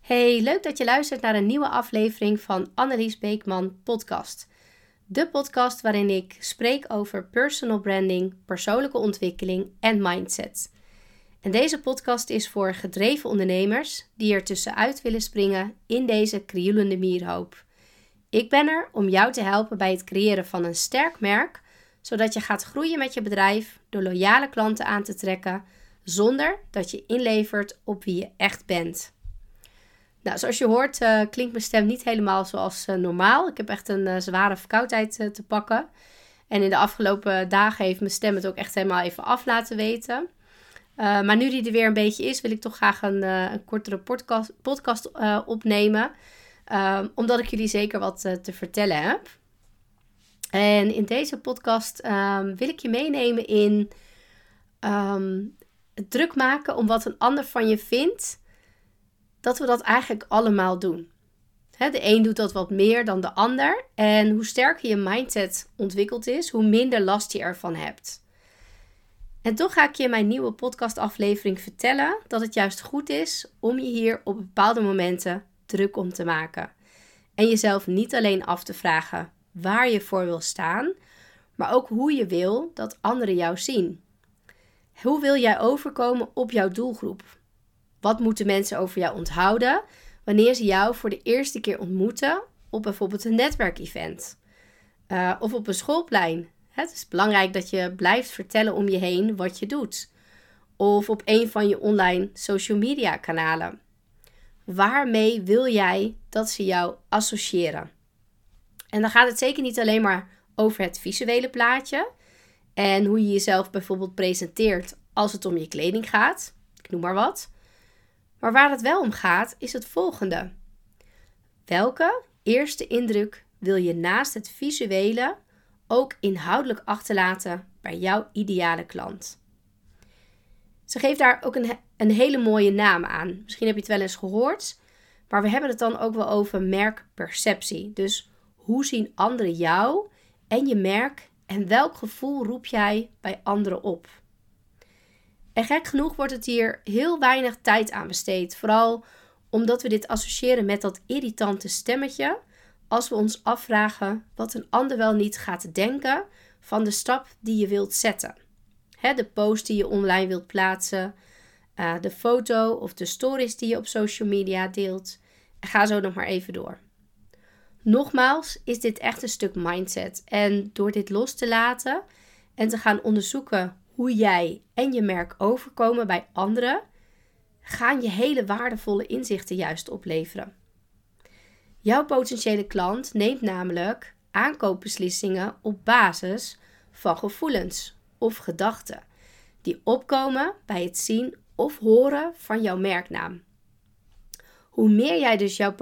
Hey, leuk dat je luistert naar een nieuwe aflevering van Annelies Beekman podcast. De podcast waarin ik spreek over personal branding, persoonlijke ontwikkeling en mindset. En deze podcast is voor gedreven ondernemers die er tussenuit willen springen in deze krioelende mierhoop. Ik ben er om jou te helpen bij het creëren van een sterk merk, zodat je gaat groeien met je bedrijf door loyale klanten aan te trekken, zonder dat je inlevert op wie je echt bent. Nou, zoals je hoort klinkt mijn stem niet helemaal zoals normaal. Ik heb echt een zware verkoudheid te pakken. En in de afgelopen dagen heeft mijn stem het ook echt helemaal even af laten weten. Maar nu die er weer een beetje is, wil ik toch graag een kortere podcast opnemen. Omdat ik jullie zeker wat te vertellen heb. En in deze podcast wil ik je meenemen in het druk maken om wat een ander van je vindt. Dat we dat eigenlijk allemaal doen. De een doet dat wat meer dan de ander. En hoe sterker je mindset ontwikkeld is, hoe minder last je ervan hebt. En toch ga ik je in mijn nieuwe podcastaflevering vertellen dat het juist goed is om je hier op bepaalde momenten druk om te maken. En jezelf niet alleen af te vragen waar je voor wil staan, maar ook hoe je wil dat anderen jou zien. Hoe wil jij overkomen op jouw doelgroep? Wat moeten mensen over jou onthouden wanneer ze jou voor de eerste keer ontmoeten op bijvoorbeeld een netwerkevent of op een schoolplein? Het is belangrijk dat je blijft vertellen om je heen wat je doet. Of op een van je online social media kanalen. Waarmee wil jij dat ze jou associëren? En dan gaat het zeker niet alleen maar over het visuele plaatje en hoe je jezelf bijvoorbeeld presenteert als het om je kleding gaat. Ik noem maar wat. Maar waar het wel om gaat, is het volgende. Welke eerste indruk wil je naast het visuele ook inhoudelijk achterlaten bij jouw ideale klant? Ze geeft daar ook een hele mooie naam aan. Misschien heb je het wel eens gehoord, maar we hebben het dan ook wel over merkperceptie. Dus hoe zien anderen jou en je merk en welk gevoel roep jij bij anderen op? En gek genoeg wordt het hier heel weinig tijd aan besteed. Vooral omdat we dit associëren met dat irritante stemmetje. Als we ons afvragen wat een ander wel niet gaat denken van de stap die je wilt zetten. De post die je online wilt plaatsen. De foto of de stories die je op social media deelt. En ga zo nog maar even door. Nogmaals is dit echt een stuk mindset. En door dit los te laten en te gaan onderzoeken hoe jij en je merk overkomen bij anderen, gaan je hele waardevolle inzichten juist opleveren. Jouw potentiële klant neemt namelijk aankoopbeslissingen op basis van gevoelens of gedachten die opkomen bij het zien of horen van jouw merknaam. Hoe meer jouw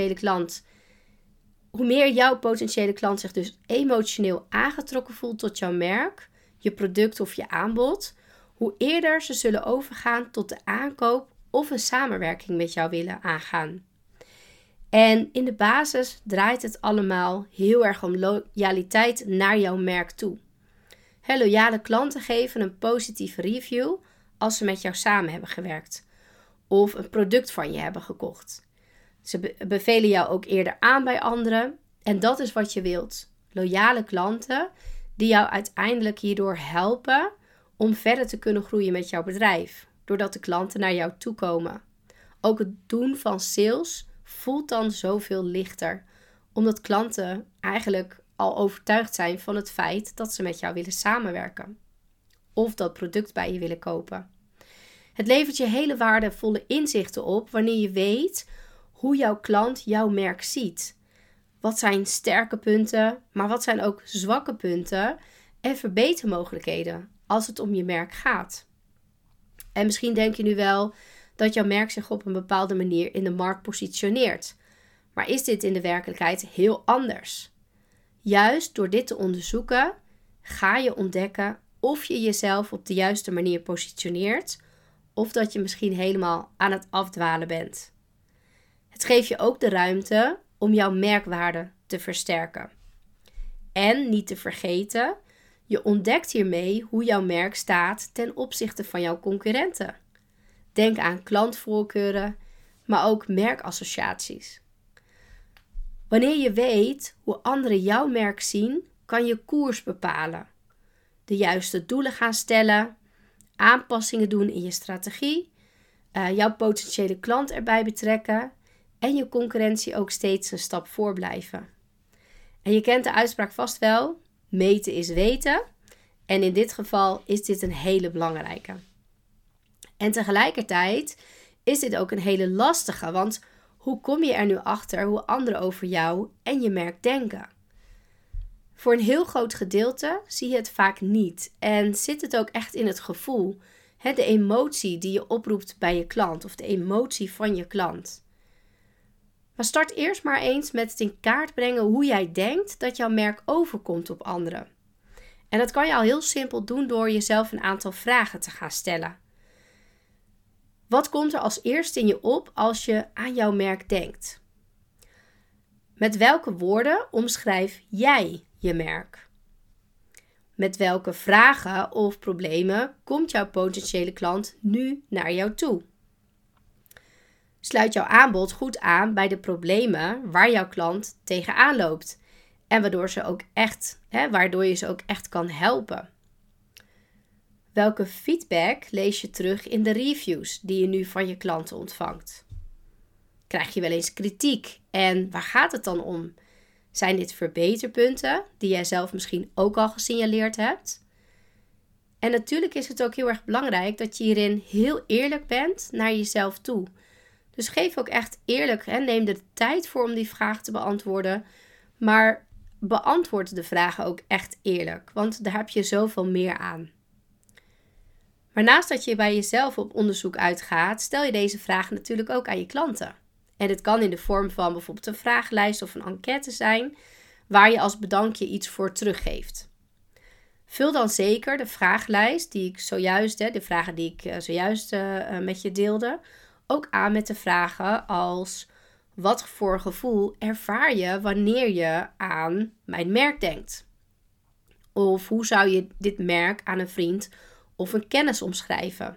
potentiële klant zich dus emotioneel aangetrokken voelt tot jouw merk, je product of je aanbod, hoe eerder ze zullen overgaan tot de aankoop of een samenwerking met jou willen aangaan. En in de basis draait het allemaal heel erg om loyaliteit naar jouw merk toe. Loyale klanten geven een positieve review als ze met jou samen hebben gewerkt of een product van je hebben gekocht. Ze bevelen jou ook eerder aan bij anderen en dat is wat je wilt. Loyale klanten die jou uiteindelijk hierdoor helpen om verder te kunnen groeien met jouw bedrijf, doordat de klanten naar jou toe komen. Ook het doen van sales voelt dan zoveel lichter, omdat klanten eigenlijk al overtuigd zijn van het feit dat ze met jou willen samenwerken of dat product bij je willen kopen. Het levert je hele waardevolle inzichten op wanneer je weet hoe jouw klant jouw merk ziet. Wat zijn sterke punten, maar wat zijn ook zwakke punten en verbetermogelijkheden als het om je merk gaat. En misschien denk je nu wel dat jouw merk zich op een bepaalde manier in de markt positioneert. Maar is dit in de werkelijkheid heel anders? Juist door dit te onderzoeken ga je ontdekken of je jezelf op de juiste manier positioneert of dat je misschien helemaal aan het afdwalen bent. Het geeft je ook de ruimte om jouw merkwaarde te versterken. En niet te vergeten, je ontdekt hiermee hoe jouw merk staat ten opzichte van jouw concurrenten. Denk aan klantvoorkeuren, maar ook merkassociaties. Wanneer je weet hoe anderen jouw merk zien, kan je koers bepalen. De juiste doelen gaan stellen, aanpassingen doen in je strategie, jouw potentiële klant erbij betrekken en je concurrentie ook steeds een stap voor blijven. En je kent de uitspraak vast wel, meten is weten. En in dit geval is dit een hele belangrijke. En tegelijkertijd is dit ook een hele lastige, want hoe kom je er nu achter hoe anderen over jou en je merk denken? Voor een heel groot gedeelte zie je het vaak niet en zit het ook echt in het gevoel, de emotie die je oproept bij je klant of de emotie van je klant. Maar start eerst maar eens met het in kaart brengen hoe jij denkt dat jouw merk overkomt op anderen. En dat kan je al heel simpel doen door jezelf een aantal vragen te gaan stellen. Wat komt er als eerste in je op als je aan jouw merk denkt? Met welke woorden omschrijf jij je merk? Met welke vragen of problemen komt jouw potentiële klant nu naar jou toe? Sluit jouw aanbod goed aan bij de problemen waar jouw klant tegenaan loopt en waardoor je ze ook echt kan helpen. Welke feedback lees je terug in de reviews die je nu van je klanten ontvangt? Krijg je wel eens kritiek en waar gaat het dan om? Zijn dit verbeterpunten die jij zelf misschien ook al gesignaleerd hebt? En natuurlijk is het ook heel erg belangrijk dat je hierin heel eerlijk bent naar jezelf toe. Dus geef ook echt eerlijk en neem er de tijd voor om die vraag te beantwoorden. Maar beantwoord de vragen ook echt eerlijk, want daar heb je zoveel meer aan. Maar naast dat je bij jezelf op onderzoek uitgaat, stel je deze vragen natuurlijk ook aan je klanten. En dit kan in de vorm van bijvoorbeeld een vragenlijst of een enquête zijn, waar je als bedankje iets voor teruggeeft. Vul dan zeker de vragenlijst de vragen die ik zojuist met je deelde, ook aan met de vragen als: wat voor gevoel ervaar je wanneer je aan mijn merk denkt? Of hoe zou je dit merk aan een vriend of een kennis omschrijven?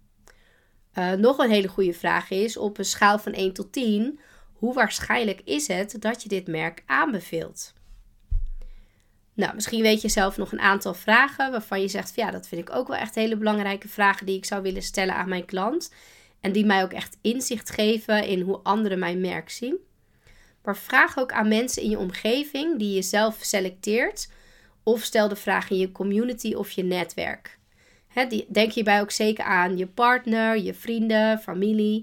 Nog een hele goede vraag is: op een schaal van 1 tot 10, hoe waarschijnlijk is het dat je dit merk aanbeveelt? Nou, misschien weet je zelf nog een aantal vragen waarvan je zegt: ja, dat vind ik ook wel echt hele belangrijke vragen die ik zou willen stellen aan mijn klant. En die mij ook echt inzicht geven in hoe anderen mijn merk zien. Maar vraag ook aan mensen in je omgeving die je zelf selecteert. Of stel de vraag in je community of je netwerk. Denk hierbij ook zeker aan je partner, je vrienden, familie,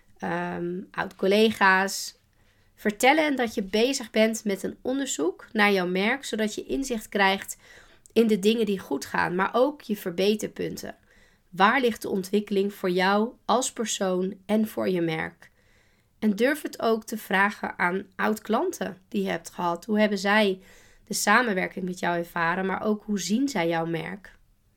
oud-collega's. Vertel hen dat je bezig bent met een onderzoek naar jouw merk, zodat je inzicht krijgt in de dingen die goed gaan, maar ook je verbeterpunten. Waar ligt de ontwikkeling voor jou als persoon en voor je merk? En durf het ook te vragen aan oud-klanten die je hebt gehad. Hoe hebben zij de samenwerking met jou ervaren, maar ook hoe zien zij jouw merk?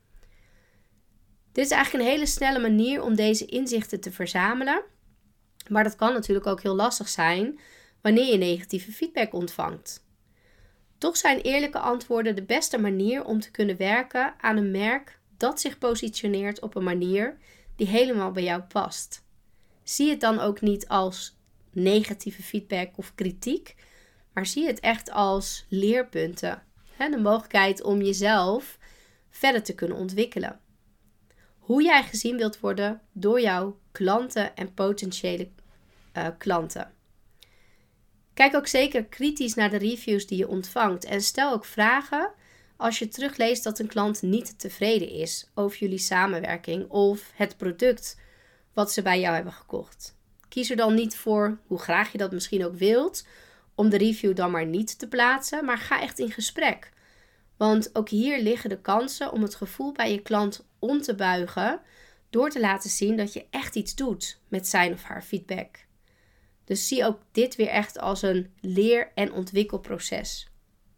Dit is eigenlijk een hele snelle manier om deze inzichten te verzamelen. Maar dat kan natuurlijk ook heel lastig zijn wanneer je negatieve feedback ontvangt. Toch zijn eerlijke antwoorden de beste manier om te kunnen werken aan een merk dat zich positioneert op een manier die helemaal bij jou past. Zie het dan ook niet als negatieve feedback of kritiek, maar zie het echt als leerpunten. De mogelijkheid om jezelf verder te kunnen ontwikkelen. Hoe jij gezien wilt worden door jouw klanten en potentiële klanten. Kijk ook zeker kritisch naar de reviews die je ontvangt en stel ook vragen als je terugleest dat een klant niet tevreden is over jullie samenwerking of het product wat ze bij jou hebben gekocht. Kies er dan niet voor, hoe graag je dat misschien ook wilt, om de review dan maar niet te plaatsen, maar ga echt in gesprek. Want ook hier liggen de kansen om het gevoel bij je klant om te buigen door te laten zien dat je echt iets doet met zijn of haar feedback. Dus zie ook dit weer echt als een leer- en ontwikkelproces.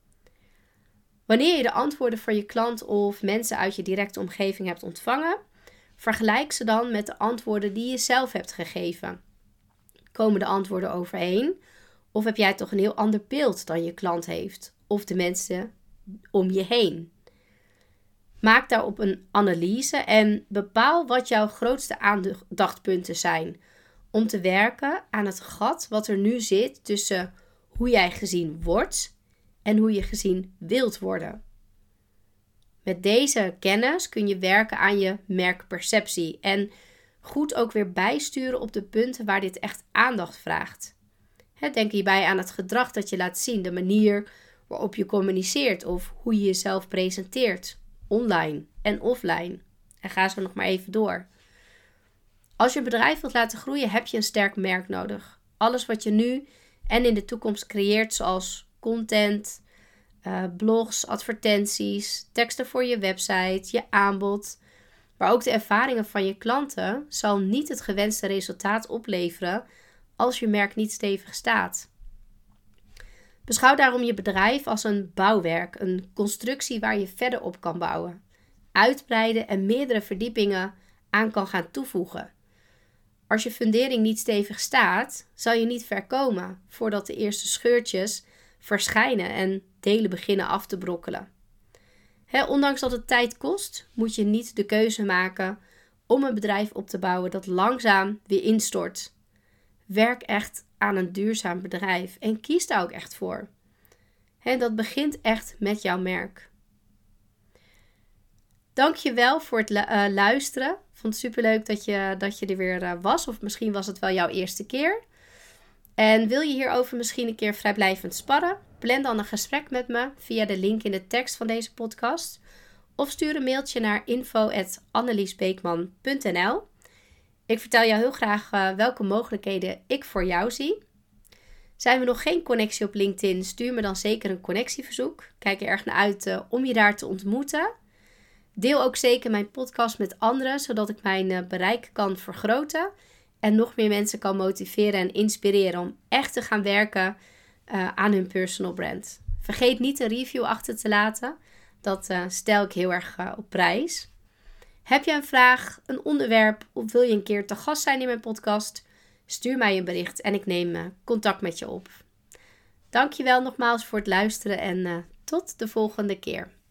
Wanneer je de antwoorden van je klant of mensen uit je directe omgeving hebt ontvangen, vergelijk ze dan met de antwoorden die je zelf hebt gegeven. Komen de antwoorden overeen? Of heb jij toch een heel ander beeld dan je klant heeft? Of de mensen om je heen? Maak daarop een analyse en bepaal wat jouw grootste aandachtspunten zijn. om te werken aan het gat wat er nu zit tussen hoe jij gezien wordt en hoe je gezien wilt worden. Met deze kennis kun je werken aan je merkperceptie en goed ook weer bijsturen op de punten waar dit echt aandacht vraagt. Denk hierbij aan het gedrag dat je laat zien, de manier waarop je communiceert of hoe je jezelf presenteert, online en offline. En ga zo nog maar even door. Als je een bedrijf wilt laten groeien, heb je een sterk merk nodig. Alles wat je nu en in de toekomst creëert, zoals content, blogs, advertenties, teksten voor je website, je aanbod, maar ook de ervaringen van je klanten, zal niet het gewenste resultaat opleveren als je merk niet stevig staat. Beschouw daarom je bedrijf als een bouwwerk, een constructie waar je verder op kan bouwen, uitbreiden en meerdere verdiepingen aan kan gaan toevoegen. Als je fundering niet stevig staat, zal je niet ver komen voordat de eerste scheurtjes verschijnen en delen beginnen af te brokkelen. Ondanks dat het tijd kost, moet je niet de keuze maken om een bedrijf op te bouwen dat langzaam weer instort. Werk echt aan een duurzaam bedrijf en kies daar ook echt voor. Dat begint echt met jouw merk. Dank je wel voor het luisteren. Ik vond het superleuk dat je er weer was. Of misschien was het wel jouw eerste keer. En wil je hierover misschien een keer vrijblijvend sparren? Plan dan een gesprek met me via de link in de tekst van deze podcast. Of stuur een mailtje naar info@anneliesbeekman.nl. Ik vertel jou heel graag welke mogelijkheden ik voor jou zie. Zijn we nog geen connectie op LinkedIn? Stuur me dan zeker een connectieverzoek. Kijk er erg naar uit om je daar te ontmoeten. Deel ook zeker mijn podcast met anderen, zodat ik mijn bereik kan vergroten en nog meer mensen kan motiveren en inspireren om echt te gaan werken aan hun personal brand. Vergeet niet een review achter te laten. Dat stel ik heel erg op prijs. Heb je een vraag, een onderwerp of wil je een keer te gast zijn in mijn podcast? Stuur mij een bericht en ik neem contact met je op. Dankjewel nogmaals voor het luisteren en tot de volgende keer.